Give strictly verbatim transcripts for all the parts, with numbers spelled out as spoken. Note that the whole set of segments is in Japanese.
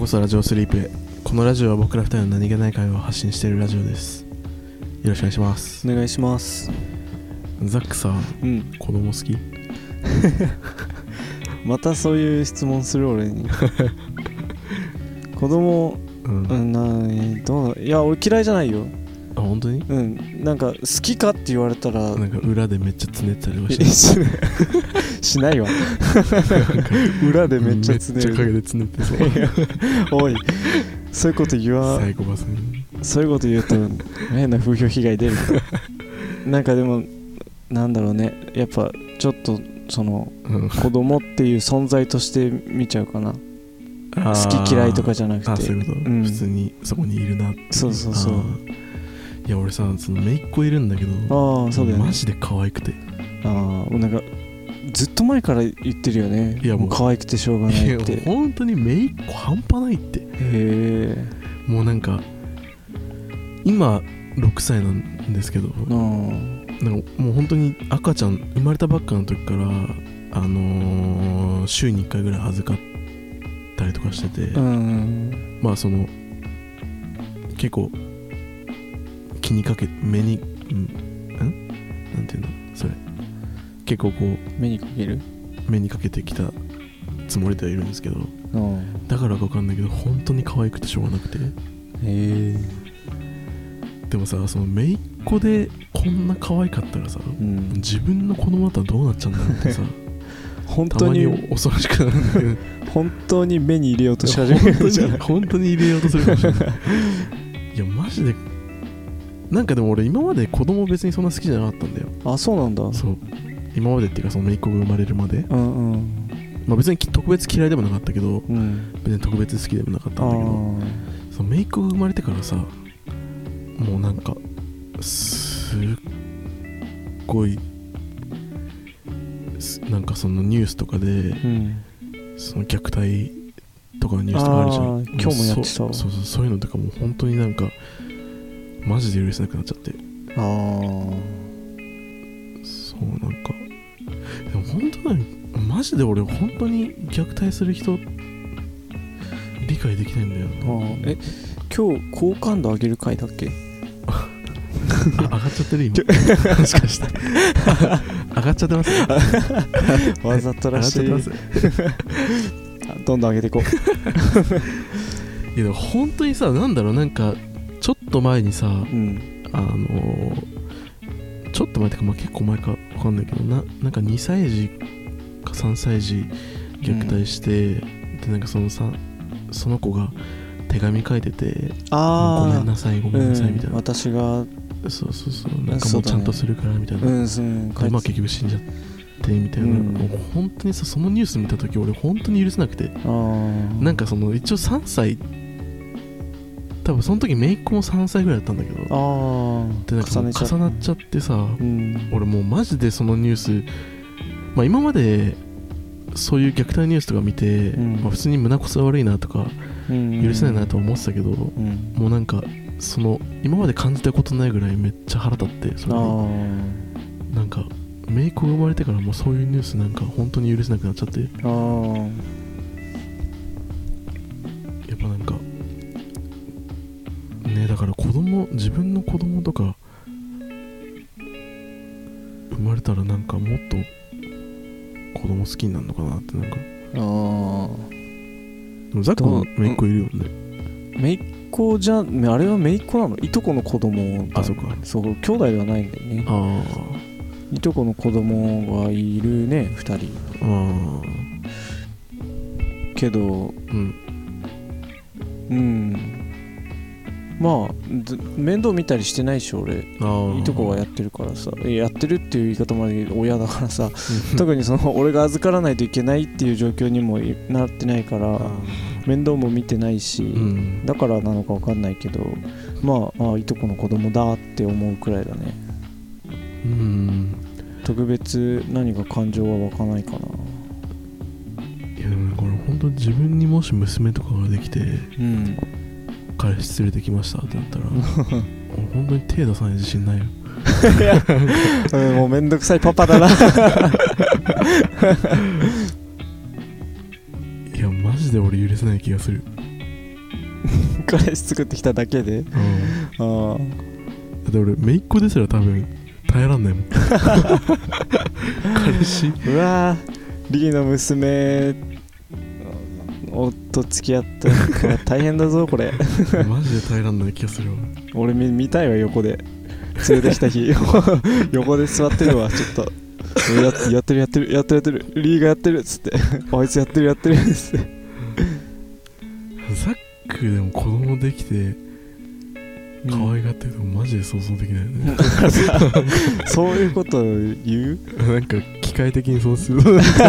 こそラジオスリープへ。このラジオは僕らふたりの何気ない会話を発信しているラジオです。よろしくお願いします。 お願いします。 ザックさ、うん、子供好き？ またそういう質問する俺に。子供、うん、うん、などういや俺嫌いじゃないよ。 あ、本当に？ うん、なんか好きかって言われたらなんか裏でめっちゃつねったりはしないしないわ。裏でめっちゃつねる。 めっちゃ陰でつねってそうおい、そういうこと言わサイコパスそういうこと言うと変な風評被害出る。なんかでもなんだろうね、やっぱちょっとその、うん、子供っていう存在として見ちゃうかな。好き嫌いとかじゃなくて、 あ、そういうこと、うん、普通にそこにいるなって。 そうそうそう。 いや俺さ、その姪っ子いるんだけど、 あ、そうだよね、 マジで可愛くて、 ああ、なんかずっと前から言ってるよね。いやもう可愛くてしょうがないって。 いや本当に姪っ子半端ないって。へえ。 もうなんか今ろくさいなんですけど、なんかもう本当に赤ちゃん生まれたばっかの時から、あのー、週にいっかいぐらい預かったりとかしてて、うん、まあその結構気にかけ目に、うん、んなんていうのそれ、結構こう目にかける目にかけてきたつもりではいるんですけど、うん、だからか分かんないけど本当に可愛くてしょうがなくて。へえ。でもさ、その姪っ子でこんな可愛かったらさ、うん、自分の子供だったらどうなっちゃうんだろうってさ本当にたまに恐ろしくなるんだけど本当に目に入れようとし始めるじゃない。 本当に入れようとするかもしれない。いやマジでなんかでも俺今まで子供別にそんな好きじゃなかったんだよ。 あ、そうなんだ。 そう、今までっていうかその姪っ子が生まれるまで、うんうん、まあ別に特別嫌いでもなかったけど、うん、別に特別好きでもなかったんだけど、その姪っ子が生まれてからさ、もうなんかすっごいなんかそのニュースとかで、うん、その虐待とかのニュースとかあるじゃん。 今日もやってた。 そうそうそう、そういうのとかもう本当になんかマジで許せなくなっちゃって。ああ、そうなんかでも本当にマジで俺本当に虐待する人理解できないんだよな。 あ、え、今日好感度上げる回だっけ？ あ、上がっちゃってる今。もしかして上がっちゃってます、ね、 わざとらしい。上がっちゃってますどんどん上げていこう。いやでも本当にさ、なんだろう、なんかちょっと前にさ、うん、あのー、ちょっと前ってか、まあ、結構前か分かんないけど、な、なんかにさい児かさんさい児虐待して、うん、でなんかそのさ、その子が手紙書いてて、あ、ごめんなさいごめんなさいみたいな、うん、 私がそうそうそう、なんかもうちゃんとするからみたいな、うんうん、でまあ結局死んじゃってみたいな、うん、もう本当にさ、そのニュース見た時俺本当に許せなくて、あ、なんかその一応さんさい、多分その時姪っ子もさんさいぐらいだったんだけど、あ、でなんかもう重なっちゃってさ、うん、俺もうマジでそのニュース、まあ今までそういう虐待ニュースとか見て、うん、まあ、普通に胸こそ悪いなとか、うん、許せないなと思ってたけど、うん、もうなんかその今まで感じたことないぐらいめっちゃ腹立って、それでなんか姪っ子が生まれてからもうそういうニュースなんか本当に許せなくなっちゃって、あ、やっぱなんかね、だから子供、自分の子供とか生まれたらなんかもっと子供好きになるのかなって。なんか、ああ、でもザックも姪っ子いるよね。 姪っ子じゃ、あれは姪っ子なの？いとこの子供。 あ、そうか。 そう、兄弟ではないんだよね。ああ、いとこの子供がいるね、ふたり。ああ、けど、うん、うん、まあ面倒見たりしてないし俺。いとこがやってるからさ、やってるっていう言い方まで親だからさ特にその俺が預からないといけないっていう状況にもなってないから面倒も見てないし、うん、だからなのか分かんないけど、まあ、あ、いとこの子供だって思うくらいだね。うん、特別何か感情は湧かないかな。 いやでもこれ本当自分にもし娘とかができて、うん、彼氏連れてきましたってなったら本当に手出さない自信ないよ。 いや、うん、もうめんどくさいパパだな。いやマジで俺許せない気がする。 彼氏作ってきただけで、うん、 ああだって俺姪っ子ですら多分耐えらんないもん彼氏うわリーの娘と付き合ったから大変だぞこれマジで耐えらんない気がするわ俺 見, 見たいわ横で連れてきた日横で座ってるわちょっとや, やってるやってるやってるやってるリーがやってるっつってあいつやってるやってるっつってザックでも子供できて可愛がってるとマジで想像できないよね、 うん、そういうこと言うなんか機械的にそうする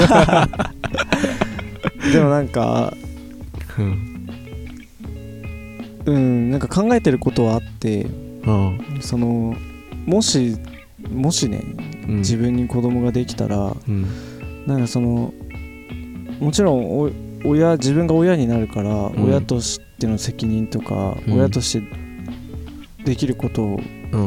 でもなんかうん、うん、なんか考えてることはあってああそのもしもしね、うん、自分に子供ができたら、うん、なんかそのもちろんお親自分が親になるから、うん、親としての責任とか、うん、親としてできることを、うん、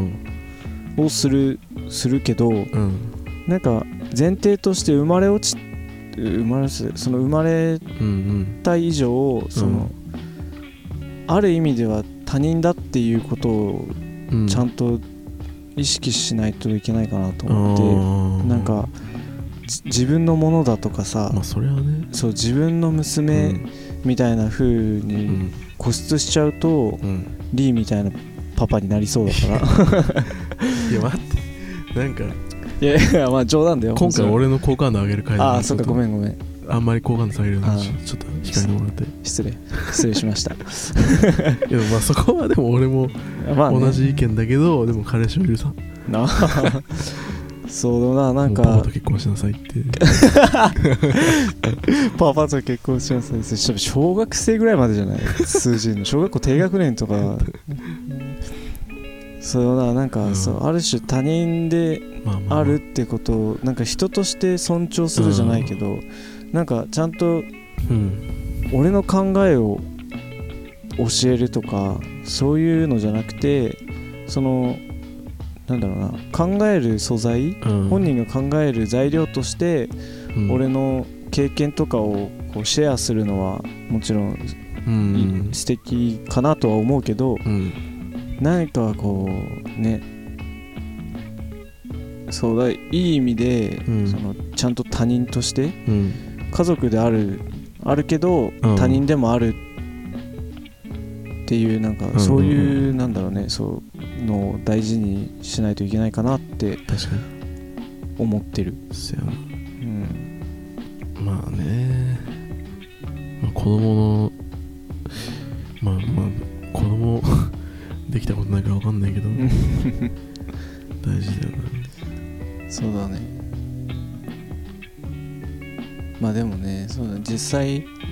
をするするけど、うん、なんか前提として生まれ落ち生まれその生まれた以上、うんうん、その、うん、ある意味では他人だっていうことをちゃんと意識しないといけないかなと思って、うん、なんか自分のものだとかさ、 まあそれはね、 そう自分の娘みたいな風に固執しちゃうと、うん、リーみたいなパパになりそうだからいや待ってなんかいやいやまあ冗談だよ今回俺の好感度上げる回ああそっかごめんごめんあんまり好感度下げるようにちょっと控えてもらって失礼失礼しましたいやまあそこはでも俺も同じ意見だけど、ね、でも彼氏を許さんなそうだななんかパパと結婚しなさいってパパと結婚しなさいって小学生ぐらいまでじゃない数字の小学校低学年とかそうだなんか、うん、そうある種他人であるってことをなんか人として尊重するじゃないけど、うん、なんかちゃんと、うん、俺の考えを教えるとかそういうのじゃなくてそのなんだろうな考える素材、うん、本人が考える材料として、うん、俺の経験とかをこうシェアするのはもちろん、うん、素敵かなとは思うけど、うん何かこうねそうだいい意味で、うん、そのちゃんと他人として、うん、家族であるあるけど、うん、他人でもあるっていうなんか、うん、そういう、うんうん、なんだろうねそうのを大事にしないといけないかなって確かに思ってる。 そうやな、うん、まあね、まあ、子供のまあまあ子供できたことないから分かんないけど大事だよな。 そうだね。まあでもねそうだ実際、うん、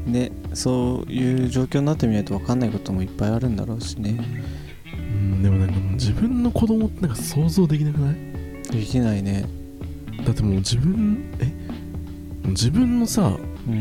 ねそういう状況になってみないと分かんないこともいっぱいあるんだろうしね。 うんでもなんかもう自分の子供ってなんか想像できなくない？ できないね。 だってもう自分え自分のさ、うん、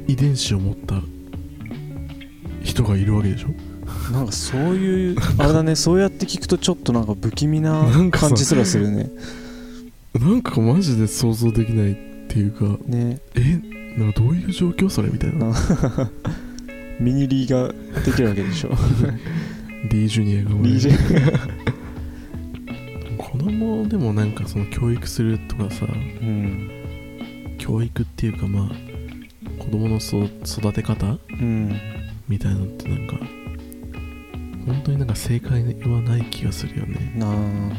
遺伝子を持った人がいるわけでしょ。 なんかそういうあれだねそうやって聞くとちょっとなんか不気味な感じすらするね。 なんかマジで想像できないっていうかねえなんかどういう状況それみたいなミニリーができるわけでしょ D ジュニアが生まれる子供でもなんかその教育するとかさ、うん、教育っていうかまあ子供のそ育て方、うん、みたいなのってなんか本当になんか正解はない気がするよね。な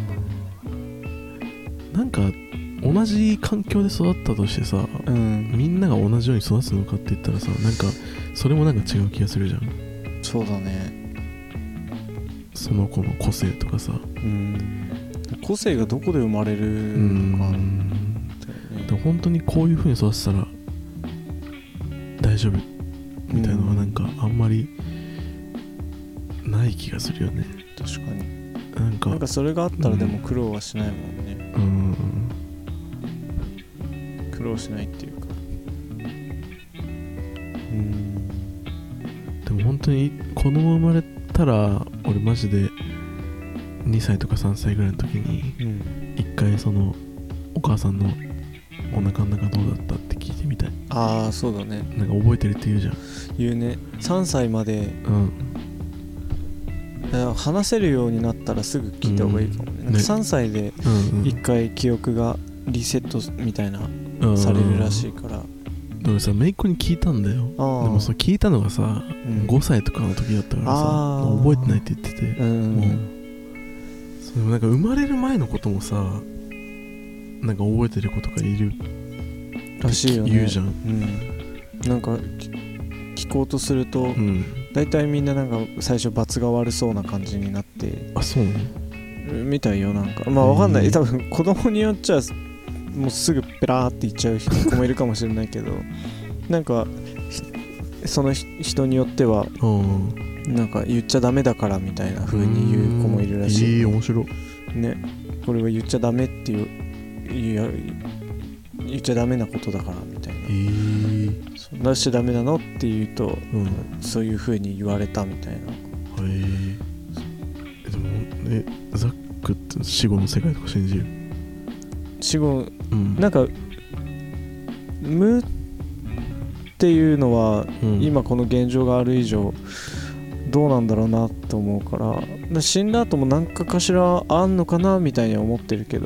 なんか同じ環境で育ったとしてさ、うん、みんなが同じように育つのかって言ったらさなんかそれもなんか違う気がするじゃん。 そうだね。 その子の個性とかさ、うん、 個性がどこで生まれるのか、うん、 でも本当にこういう風に育てたら大丈夫みたいなのはなんかあんまりない気がするよね。 確かになんかなんかそれがあったらでも苦労はしないもんね。うん、苦労しないっていうかうんでも本当に子供生まれたら俺マジでにさいとかさんさいぐらいの時に一回そのお母さんのお腹の中どうだったって聞いてみたい。 ああそうだね、 なんか覚えてるって言うじゃん。 言うね。さんさいまで、うん、話せるようになったらすぐ聞いた方がいいかもね、うん、なんかさんさいでいっかい記憶がリセットみたいな、うん、されるらしいから。 でもさ、姪っ子に聞いたんだよ。でもそ聞いたのがさ、うん、ごさいとかの時だったからさ、覚えてないって言ってて、うん、もうそれもなんか生まれる前のこともさ、なんか覚えてる子とかいるらしいよね。 言うじゃん、うん、 なんか聞こうとすると、うん、大体みんななんか最初罰が悪そうな感じになって。 あ、そうなのみたいよ。なんかまあわかんない、多分子供によっちゃもうすぐペラーって言っちゃう子もいるかもしれないけどなんかその人によってはなんか言っちゃダメだからみたいな風に言う子もいるらしい。 いい、面白いね。これは言っちゃダメっていう言っちゃダメなことだからみたいな、えー、そうなしちゃダメなのって言うと、うん、そういう風に言われたみたいな。へえー、でもえザックって死後の世界とか信じる？ 死後、うん、なんか無っていうのは、うん、今この現状がある以上どうなんだろうなと思うから、だ死んだ後も何かかしらあんのかなみたいには思ってるけど、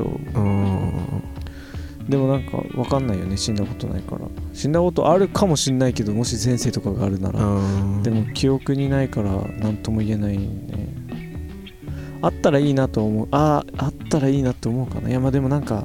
でもなんか分かんないよね、死んだことないから。死んだことあるかもしんないけど、もし前世とかがあるなら、でも記憶にないから何とも言えないね。あったらいいなと思う。ああ、あったらいいなと思うかな。いやまあでもなんか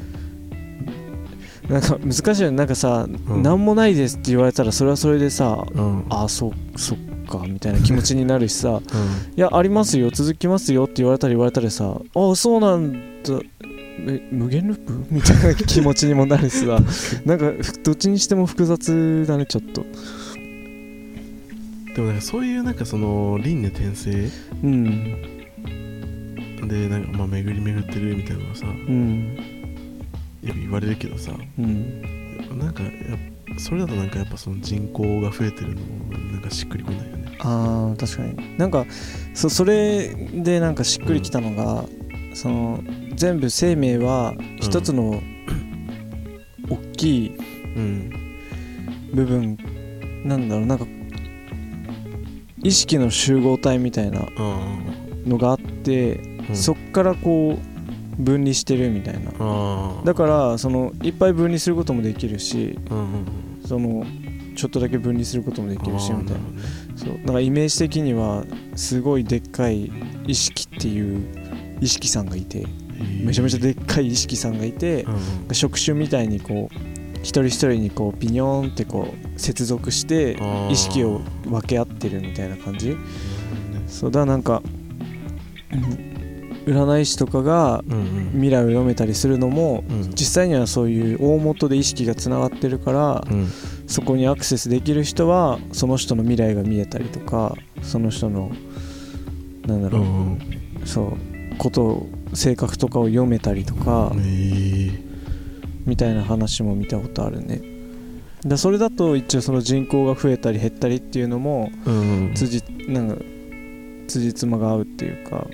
なんか難しいよね。なんかさ、うん、何もないですって言われたらそれはそれでさ、うん、ああそそっかみたいな気持ちになるしさ、うん、いやありますよ続きますよって言われたり言われたりさ、ああそうなんだえ無限ループみたいな気持ちにもなるしさなんかどっちにしても複雑だねちょっと。 でもなんかそういうなんかその輪廻転生、うん、でなんかまあ巡り巡ってるみたいなのはさ、うん言われるけどさ、うん、なんかやそれだとなんかやっぱその人口が増えてるのもなんかしっくりこないよね。 あー確かに。なんか そ, それでなんかしっくりきたのが、うん、その全部生命は一つの大きい部分、うん、なんだろう、なんか意識の集合体みたいなのがあって、うん、そっからこう分離してるみたいな。だからそのいっぱい分離することもできるし、うんうん、そのちょっとだけ分離することもできるしみたいな、ね、そうだからイメージ的にはすごいでっかい意識っていう意識さんがいて、めちゃめちゃでっかい意識さんがいて、うんうん、触手みたいにこう一人一人にこうビニョーンってこう接続して意識を分け合ってるみたいな感じ、うん、そうだなんか、うん占い師とかが未来を読めたりするのも、うん、実際にはそういう大元で意識がつながってるから、うん、そこにアクセスできる人はその人の未来が見えたりとか、その人のなんだろう、うん、そうこと性格とかを読めたりとか、えー、みたいな話も見たことあるね。だそれだと一応その人口が増えたり減ったりっていうのも、うん、辻なんか辻褄が合うっていうか、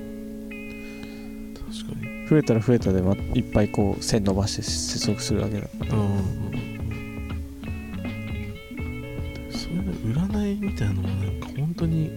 増えたら増えたで、ま、いっぱいこう線伸ばして接続するわけだから、うん、 そういう占いみたいなのもなんか本当に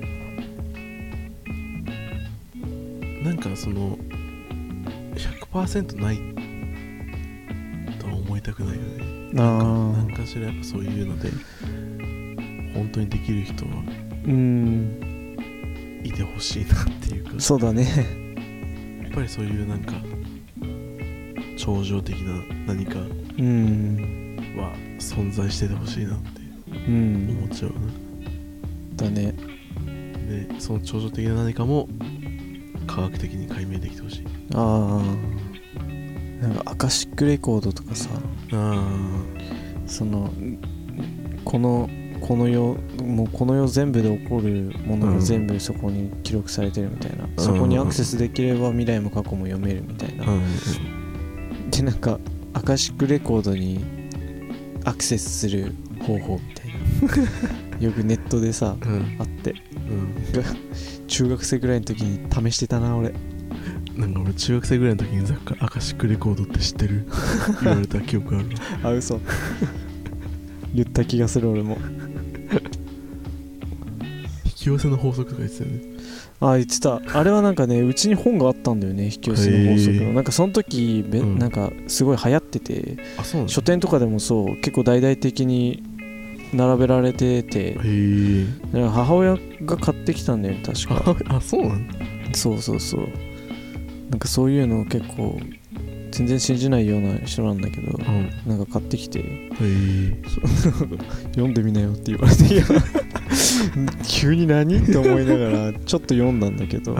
なんかその ひゃくパーセント ないとは思いたくないよね。なんか何かしらやっぱそういうので本当にできる人はうんいてほしいなっていうか。 そうだねやっぱりそういうなんか超常的な何かは存在しててほしいなって思っちゃうな、うん、 だね。 でその超常的な何かも科学的に解明できてほしい。 ああなんかアカシックレコードとかさ、あそのこのこの世もうこの世全部で起こるものが全部そこに記録されてるみたいな、うん、そこにアクセスできれば未来も過去も読めるみたいな、うん、でなんかアカシックレコードにアクセスする方法みたいなよくネットでさ、うん、あって、うん、中学生ぐらいの時に試してたな俺。 なんか俺中学生ぐらいの時にザッカアカシックレコードって知ってる言われた記憶あるあ、嘘言った気がする俺も引き寄せの法則とか言ってたよね。 あ、言ってた。あれはなんかね、うちに本があったんだよね、引き寄せの法則の。なんかその時、うん、なんかすごい流行ってて、 あ、そうなんだ。 書店とかでもそう結構大々的に並べられてて、へなんか母親が買ってきたんだよね、確か。 あ、そうなんだ。 そうそうそう。なんかそういうのを結構全然信じないような人なんだけど、うん、なんか買ってきて、へ読んでみなよって言われて、いや急に何って思いながらちょっと読んだんだけど、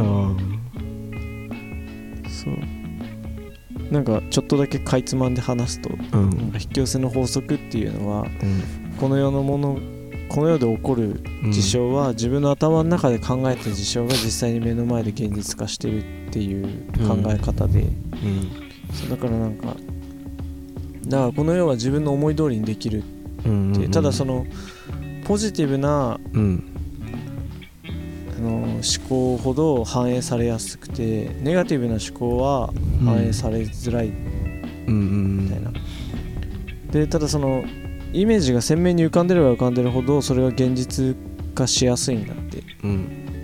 そうなんかちょっとだけかいつまんで話すと、うん、なんか引き寄せの法則っていうのは、うん、この世のものこの世で起こる事象は、うん、自分の頭の中で考えた事象が実際に目の前で現実化してるっていう考え方で、うんうん、そうだからなんかだからこの世は自分の思い通りにできるって、うんうんうん、ただそのポジティブな、うん、あの思考ほど反映されやすくて、ネガティブな思考は反映されづらいみたいな、でただそのイメージが鮮明に浮かんでれば浮かんでるほどそれが現実化しやすいんだって、うん、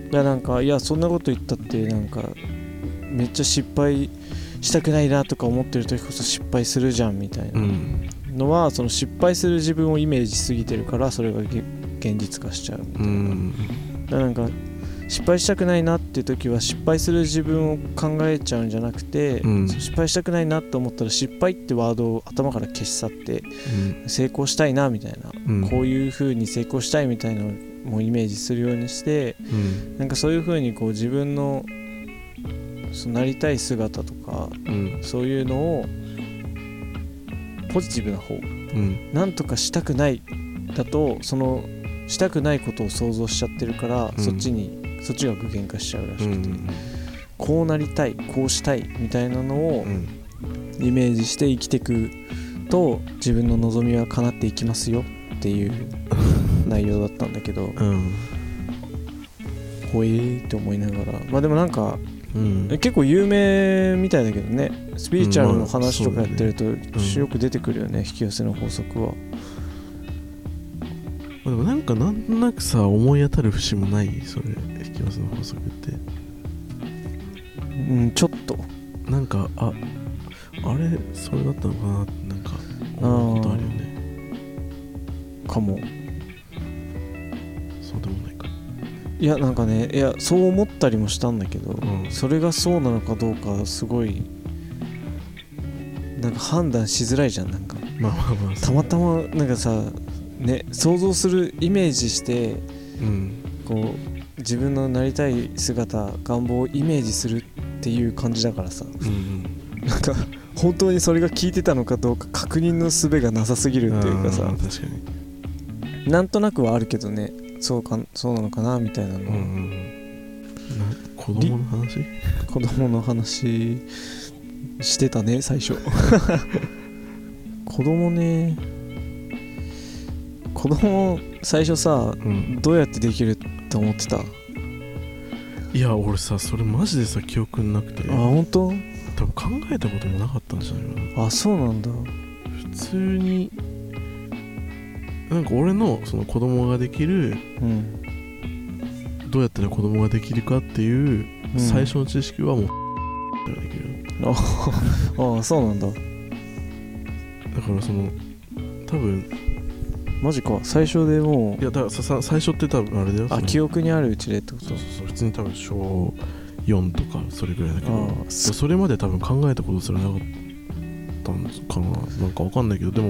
だからなんかいやそんなこと言ったってなんかめっちゃ失敗したくないなとか思ってる時こそ失敗するじゃんみたいなのは、うん、その失敗する自分をイメージしすぎてるからそれが現実化しちゃうみたいな、うん、だからなんか失敗したくないなっていう時は失敗する自分を考えちゃうんじゃなくて、うん、失敗したくないなと思ったら失敗ってワードを頭から消し去って、うん、成功したいなみたいな、うん、こういう風に成功したいみたいなのもイメージするようにして、うん、なんかそういう風にこう自分のそのなりたい姿とか、うん、そういうのをポジティブな方、うん、なんとかしたくないだとそのしたくないことを想像しちゃってるから、うん、そっちにそっちが具現化しちゃうらしくて、うん、こうなりたいこうしたいみたいなのをイメージして生きていくと自分の望みは叶っていきますよっていう内容だったんだけど、うん、ほえーって思いながら、まあでもなんか、うん、結構有名みたいだけどね、スピリチュアルの話とかやってると、うん、よく出てくるよね、引き寄せの法則は。 でもなんかなんとなくさ思い当たる節もない？それ引き寄せの法則って。 うん、ちょっとなんかああれそれだったのかなってなんか思うことあるよね。 かも。 そうでもないか。 いやなんかね、いやそう思ったりもしたんだけど、うん、それがそうなのかどうかすごいなんか判断しづらいじゃん。なんか、まあまあまあ、たまたまなんかさね、想像するイメージして、うん、こう自分のなりたい姿願望をイメージするっていう感じだからさ、うんうん、なんか本当にそれが効いてたのかどうか確認の術がなさすぎるっていうかさ、確かになんとなくはあるけどね、そうかそうなのかなみたいなのは、うんうん、 な子供の話子供の話してたね最初子供ね、子供最初さ、うん、どうやってできると思ってた？ いや俺さそれマジでさ記憶なくて。 あ、本当？ 多分考えたこともなかったんじゃないかな。 あ、そうなんだ。 普通になんか俺のその子供ができる、うん、どうやったら子供ができるかっていう最初の知識はもう、うん、できる。 ああ、そうなんだ。 だからその多分マジか、最初でもう。 いやだからさ最初って多分あれだよ。 あ、記憶にあるうちでってこと？ そうそうそう、普通に多分小よんとかそれぐらいだけど、それまで多分考えたことすらなかったんかな、なんかわかんないけど、でも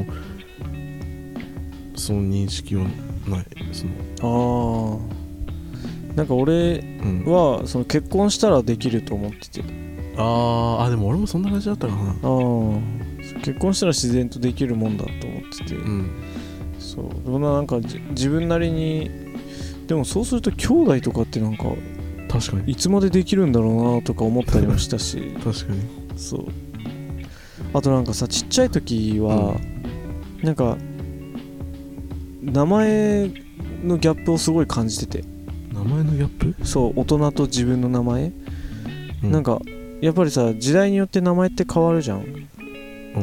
その認識はない。そのああ、なんか俺は、うん、その結婚したらできると思ってて。 ああ、でも俺もそんな感じだったかな。ああ、 結婚したら自然とできるもんだと思ってて、うん、そうでもなんか自分なりに、でもそうすると兄弟とかってなんか確かにいつまでできるんだろうなとか思ったりもしたし確かに。 そう、あとなんかさ、ちっちゃい時は、うん、なんか名前のギャップをすごい感じてて。 名前のギャップ？ そう、大人と自分の名前、うん、なんかやっぱりさ時代によって名前って変わるじゃん。 うん。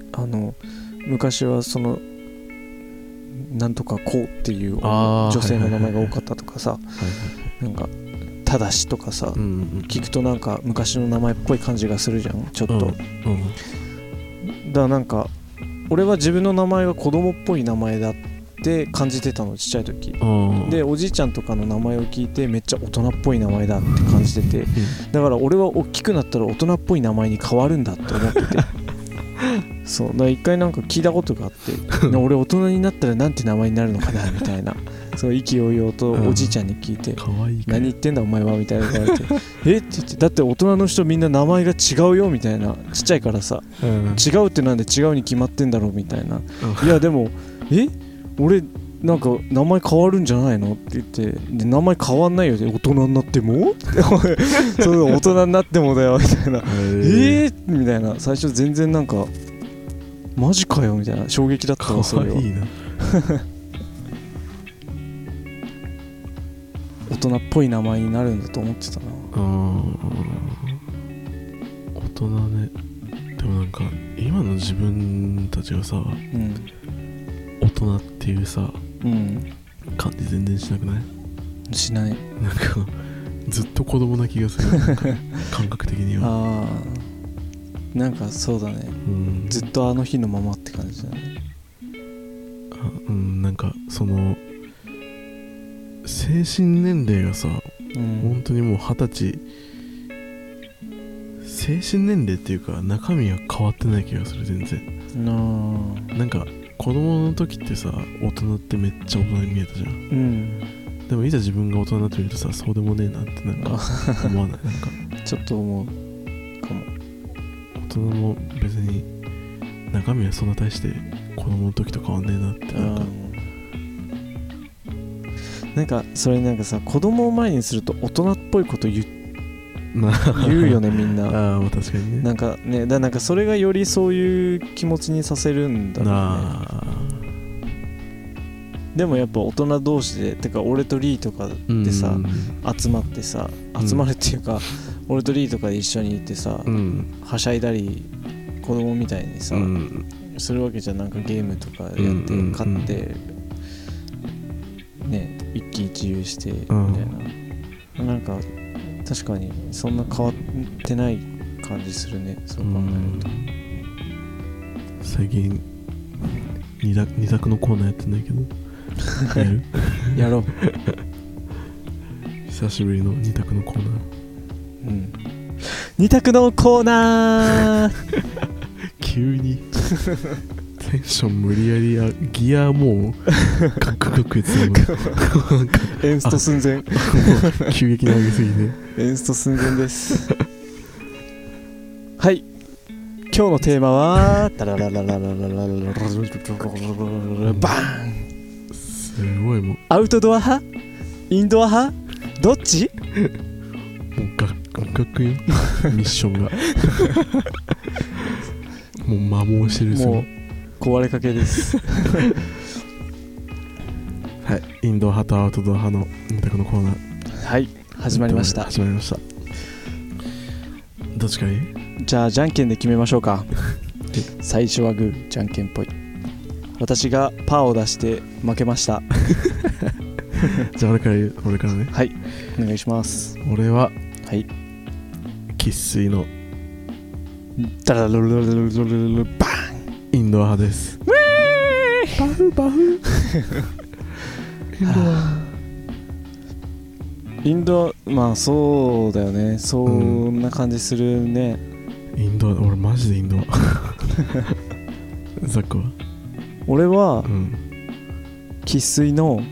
あの昔はそのなんとかこうっていう女性の名前が多かったとかさ、なんかただしとかさ、うんうん、聞くとなんか昔の名前っぽい感じがするじゃんちょっと、うんうん、だからなんか俺は自分の名前が子供っぽい名前だって感じてたのちっちゃい時で、おじいちゃんとかの名前を聞いてめっちゃ大人っぽい名前だって感じてて、だから俺は大きくなったら大人っぽい名前に変わるんだって思っててそうだから一回なんか聞いたことがあって俺大人になったらなんて名前になるのかなみたいなそう意気揚々とおじいちゃんに聞いて、 うん、いい何言ってんだお前はみたいな言われてえって言って、だって大人の人みんな名前が違うよみたいな、ちっちゃいからさ、うん、違うってなんで違うに決まってんだろうみたいな、うん、いやでもえ俺なんか名前変わるんじゃないのって言って、で名前変わんないよ大人になってもそう大人になってもだよみたいなえーみたいな、最初全然なんかマジかよみたいな衝撃だったわ。それはいいな大人っぽい名前になるんだと思ってたな。 あ大人ね。でもなんか今の自分たちがさ、うん、大人っていうさ、うん、感じ全然しなくない？ しない。 なんかずっと子供な気がする感覚的には。ああなんかそうだね、うん、ずっとあの日のままって感じだね。 あうんなんかその精神年齢がさ、うん、本当にもう二十歳、精神年齢っていうか中身は変わってない気がする全然。ななんか子供の時ってさ大人ってめっちゃ大人に見えたじゃん、うん、でもいざ自分が大人になってみるとさそうでもねえなってなんか思わない？なんかちょっと思うかも。 大人も別に中身はそんな大して子供の時と変わんねえなってなんか、 なんかそれなんかさ子供を前にすると大人っぽいこと言う言うよねみんな。 ああ確かにね。 なんかねだなんかそれがよりそういう気持ちにさせるんだろうね。あでもやっぱ大人同士でてか俺とリーとかでさ、うん、集まってさ集まるっていうか、うん、俺とリーとかで一緒にいてさ、うん、はしゃいだり子供みたいにさ、うん、するわけじゃん。なんかゲームとかやって、うんうん、勝ってね一喜一憂してみたいな、うん、なんか確かにそんな変わってない感じするね、そう考えると。 最近二択、二択のコーナーやってないけどやるやろう久しぶりの二択のコーナー。 うん二択のコーナー急にテンション無理やりやギアもうカクカクやつエンスト寸前急激に上げすぎてエンスト寸前ですはい、今日のテーマはタララララララララララバーン。 すごいもうアウトドア派インドア派どっち？ もうガクガクよミッションがもう摩耗してる。 もう壊れかけですはい、インドア派とアウトドア派の二択のコーナー、 はい始まりました始まりました。どっちかいい？ じゃあじゃんけんで決めましょうか最初はグー、じゃんけんぽい。私がパーを出して負けましたじゃあ俺から言う、俺からね。 はい、お願いします。 俺ははい生粋のダラルルルルルルルバーンインドア派です。バフバフインドアインドア、まあそうだよね、そんな感じするね、 うん、インドア、俺マジでインドアザックは？ 俺は生粋、うん、の、うん、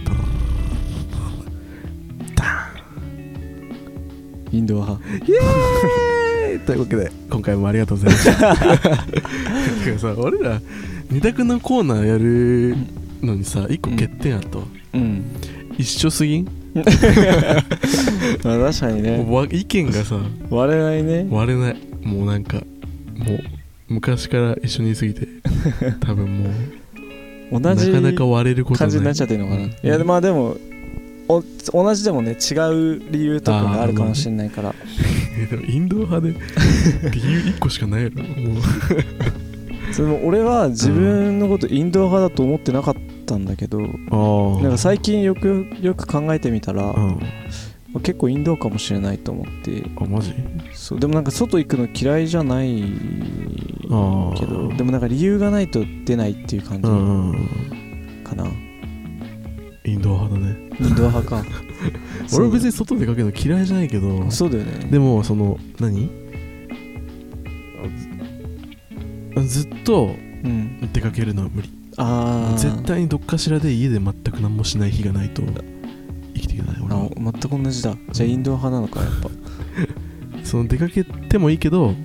インドア派。イエーイというわけで今回もありがとうございましたてかさ、俺ら二択のコーナーやるのにさ一個欠点あったわ、うんうん、一緒すぎんまあ確かにね、 意見がさ割れないね。 割れない。もうなんかもう昔から一緒にいすぎて多分もう同じなかなか割れることない感じになっちゃってるのかな、うん、いやまあでもお同じでもね違う理由とかがあるかもしれないから。 でもインド派で理由いっこしかないやろもうそれも俺は自分のことインド派だと思ってなかったんだけど、うん、なんか最近よくよく考えてみたら、うん、結構インドかもしれないと思って。 あ、マジ？ そう、でもなんか外行くの嫌いじゃないけど、でもなんか理由がないと出ないっていう感じかな。 インド派だね。 インド派か俺別に外出かけるの嫌いじゃないけど、 そうだよね。 でもその何ずっと出かけるのは無理、うん、あ絶対にどっかしらで家で全く何もしない日がないと生きていけない。俺はあ全く同じだ。じゃあインド派なのかやっぱその出かけてもいいけど、うん、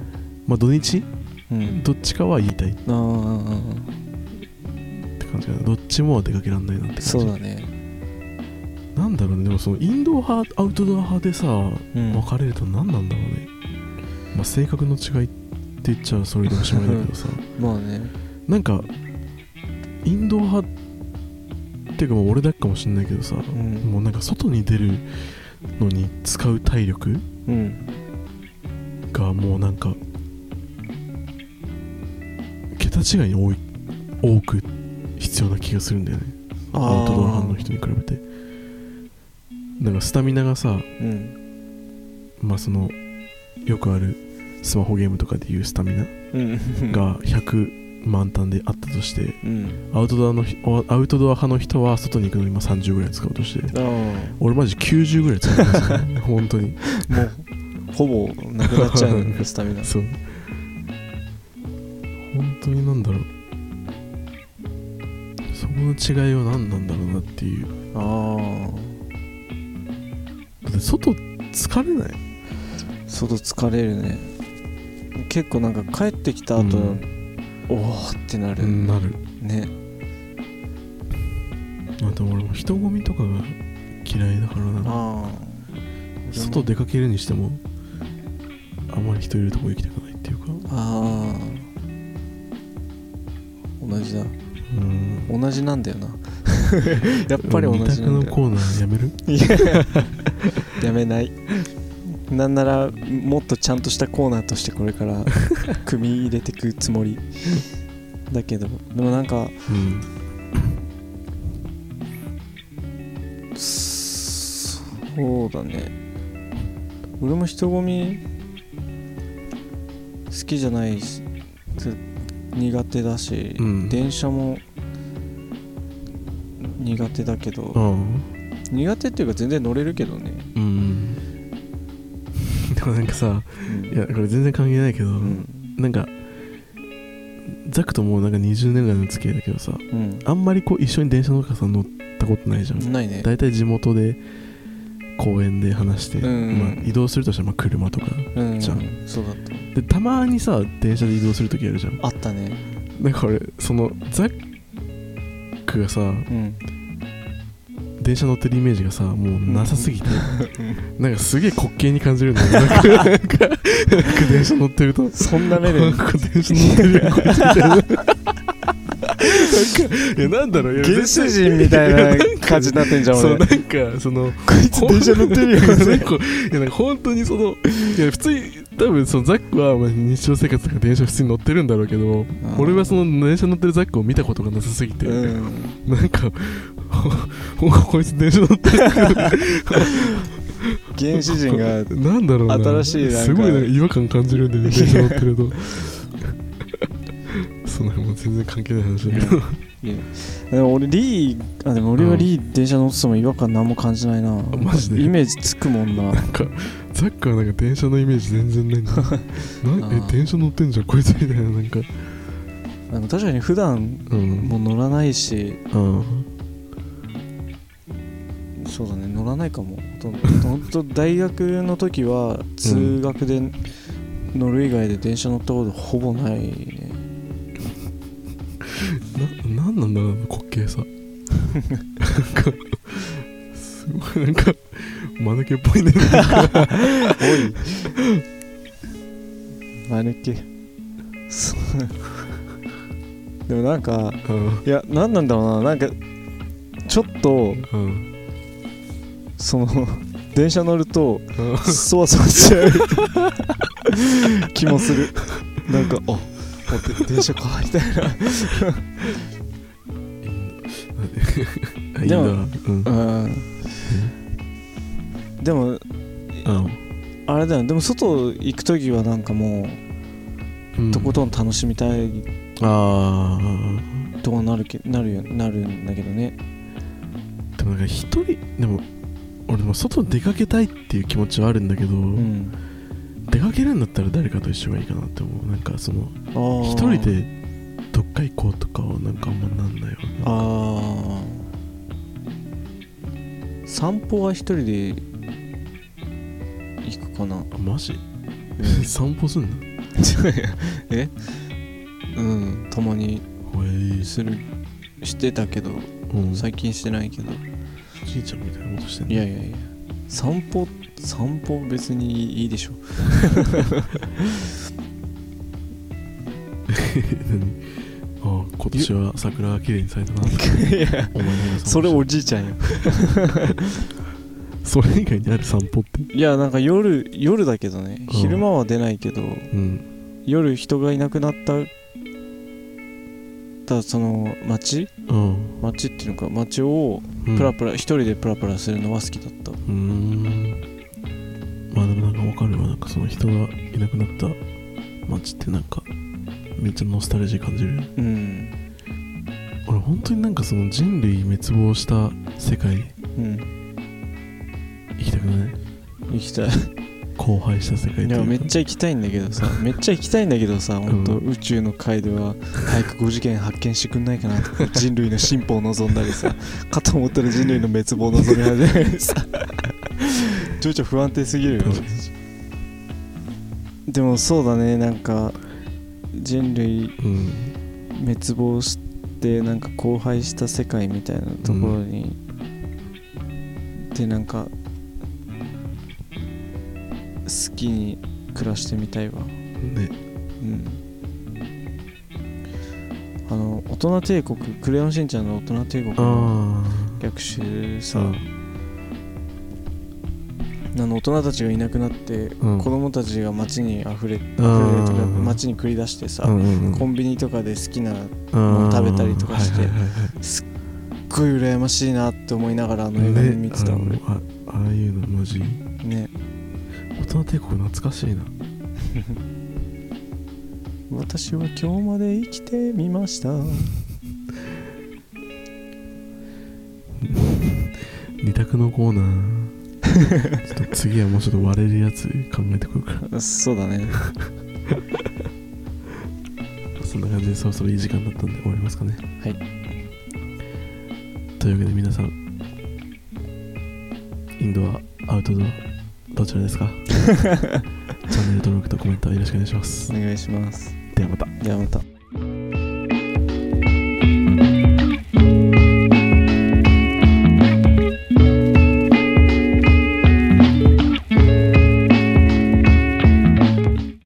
まあ土日、うん、どっちかは言いたいあって感じかな。どっちも出かけらんないなって感じ。 そうだね。 なんだろうね。でもそのインド派アウトドア派でさ、うん、分かれると何なんだろうね。まあ性格の違いって言っちゃそれでおしまいだけどさまあね、 なんかインド派っていうかもう俺だけかもしんないけどさ、うん、もうなんか外に出るのに使う体力、うん、がもうなんか桁違いに多い多く必要な気がするんだよね。アウトドア派の人に比べてなんかスタミナがさ、うん、まあそのよくあるスマホゲームとかでいうスタミナがひゃく満タンであったとして、うん、アウトドアのアウトドア派の人は外に行くのに今さんじゅうぐらい使おうとして、俺マジきゅうじゅうぐらい使うんですよね本当にもうほぼなくなっちゃうのスタミナそう本当になんだろう、そこの違いは何なんだろうなっていう。あだって外疲れない？ 外疲れるね。結構なんか帰ってきた後、うん、おーってなる、うん、 なるね。 あと俺も人混みとかが嫌いだからな。あ外出かけるにしてもあまり人いるとこ行きたくないっていうか。あ同じだ、うん、同じなんだよなやっぱり同じなんだよ。二択のコーナーやめる？ やめない。なんならもっとちゃんとしたコーナーとしてこれから組み入れていくつもりだけど、でもなんか、うん、そうだね。俺も人混み好きじゃないし苦手だし、うん、電車も苦手だけど、うん、苦手っていうか全然乗れるけどね、うん、 でもなんかさ、うん、いやこれ全然関係ないけど、うん、なんかザクともうなんかにじゅうねんぐらいの付き合いだけどさ、うん、あんまりこう一緒に電車の中さ乗ったことないじゃん。 ないね。 だいたい地元で公園で話して、うんまあ、移動するとしたらまあ車とかじゃん、うん、 そうだった。 でたまにさ電車で移動するときあるじゃん。 あったね。 なんか俺そのザックがさ、うん、電車乗ってるイメージがさもうなさすぎて、うん、なんかすげえ滑稽に感じるんだよなんか電車乗ってるとそんな目でなんか電車乗ってるよこいつみたいななんかいやなんだろう原始人みたいな感じになってんじゃん俺。そうなんかそのこいつ電車乗ってるよねいやなんか本当にそのいや普通に多分そのザックは日常生活とか電車普通に乗ってるんだろうけど、俺はその電車乗ってるザックを見たことがなさすぎて、うん、なんかこいつ電車乗ってる原始人がなんだろうな新しいなんかすごいなんか違和感感じるんでね電車乗ってるとそのもう全然関係ない話だけどいやでも俺リーあでも俺はリー電車乗ってても違和感何も感じないな。 マジでイメージつくもんな。 なんかザックはなんか電車のイメージ全然ないんだなえ電車乗ってんじゃんこいつみたいななんかなんか確かに普段も乗らないし、うんうん、そうだね乗らないかもほんと大学の時は通学で乗る以外で電車乗ったことほぼないね。 な、なんなんだろう滑稽さなんかすごいなんか間抜けっぽいねおい間抜けでもなんか、うん、いやなんなんだろうななんかちょっと、うん、 その電車乗るとそわそわしちゃう気もする。なんかあ電車かみたいなでも、うん、でも、うん、あれだよ、でも外行くときはなんかもう、うん、とことん楽しみたいあとかなるけなるよなるんだけどね。 でもなんか一人でも俺も外出かけたいっていう気持ちはあるんだけど、うん、出かけるんだったら誰かと一緒がいいかなって思う。なんかその一人でどっか行こうとかはなんかあんまなんないよ。ああ、散歩は一人で行くかな。あ、 マジ？散歩すんの？ え？うん、たまにするしてたけど、うん、最近してないけど。 じいちゃんみたいなことしてんの？ いやいやいや、散歩散歩別にいいでしょ。 ああ、今年は桜が綺麗に咲いたな。いや、お前それおじいちゃんや。 それ以外にある散歩って？ いや、なんか夜夜だけどね、うん、昼間は出ないけど、うん、夜人がいなくなったたその街、うん、街っていうのか、街をプラプラ、うん、一人でプラプラするのは好きだった。うーん、 まあでもなんかわかるわ。なんかその人がいなくなった街ってなんかめっちゃノスタルジー感じる。うん、俺本当になんかその人類滅亡した世界、うん、行きたくない？ 行きたい。 荒廃した世界。 いや、めっちゃ行きたいんだけどさめっちゃ行きたいんだけどさ、本当、うん、宇宙の回では早くご次元発見してくんないかなとか、人類の進歩を望んだりさかと思ったら人類の滅亡を望み始めるさちょいちょい不安定すぎるよ。でもそうだね、なんか人類滅亡してなんか荒廃した世界みたいなところに、うん、でなんか好きに暮らしてみたいわね。うん、あの大人帝国、クレヨンしんちゃんの大人帝国の逆襲さ、あの大人たちがいなくなって、うん、子供たちが街にあふれ、あふれるとか街に繰り出してさ、うんうんうん、コンビニとかで好きなのを食べたりとかして、すっごい羨ましいなって思いながらあの映画に見てた、 ね、あ, ああいうのマジね。大人帝国懐かしいな。 私は今日まで生きてみました。 二択のコーナーちょっと次はもうちょっと割れるやつ考えてくるから。 そうだね。 そんな感じでそろそろいい時間だったんで終わりますかね。 はい。 というわけで皆さん、インドア、アウトドアどちらですか？チャンネル登録とコメントよろしくお願いします。 お願いします。 ではまた。 ではまた。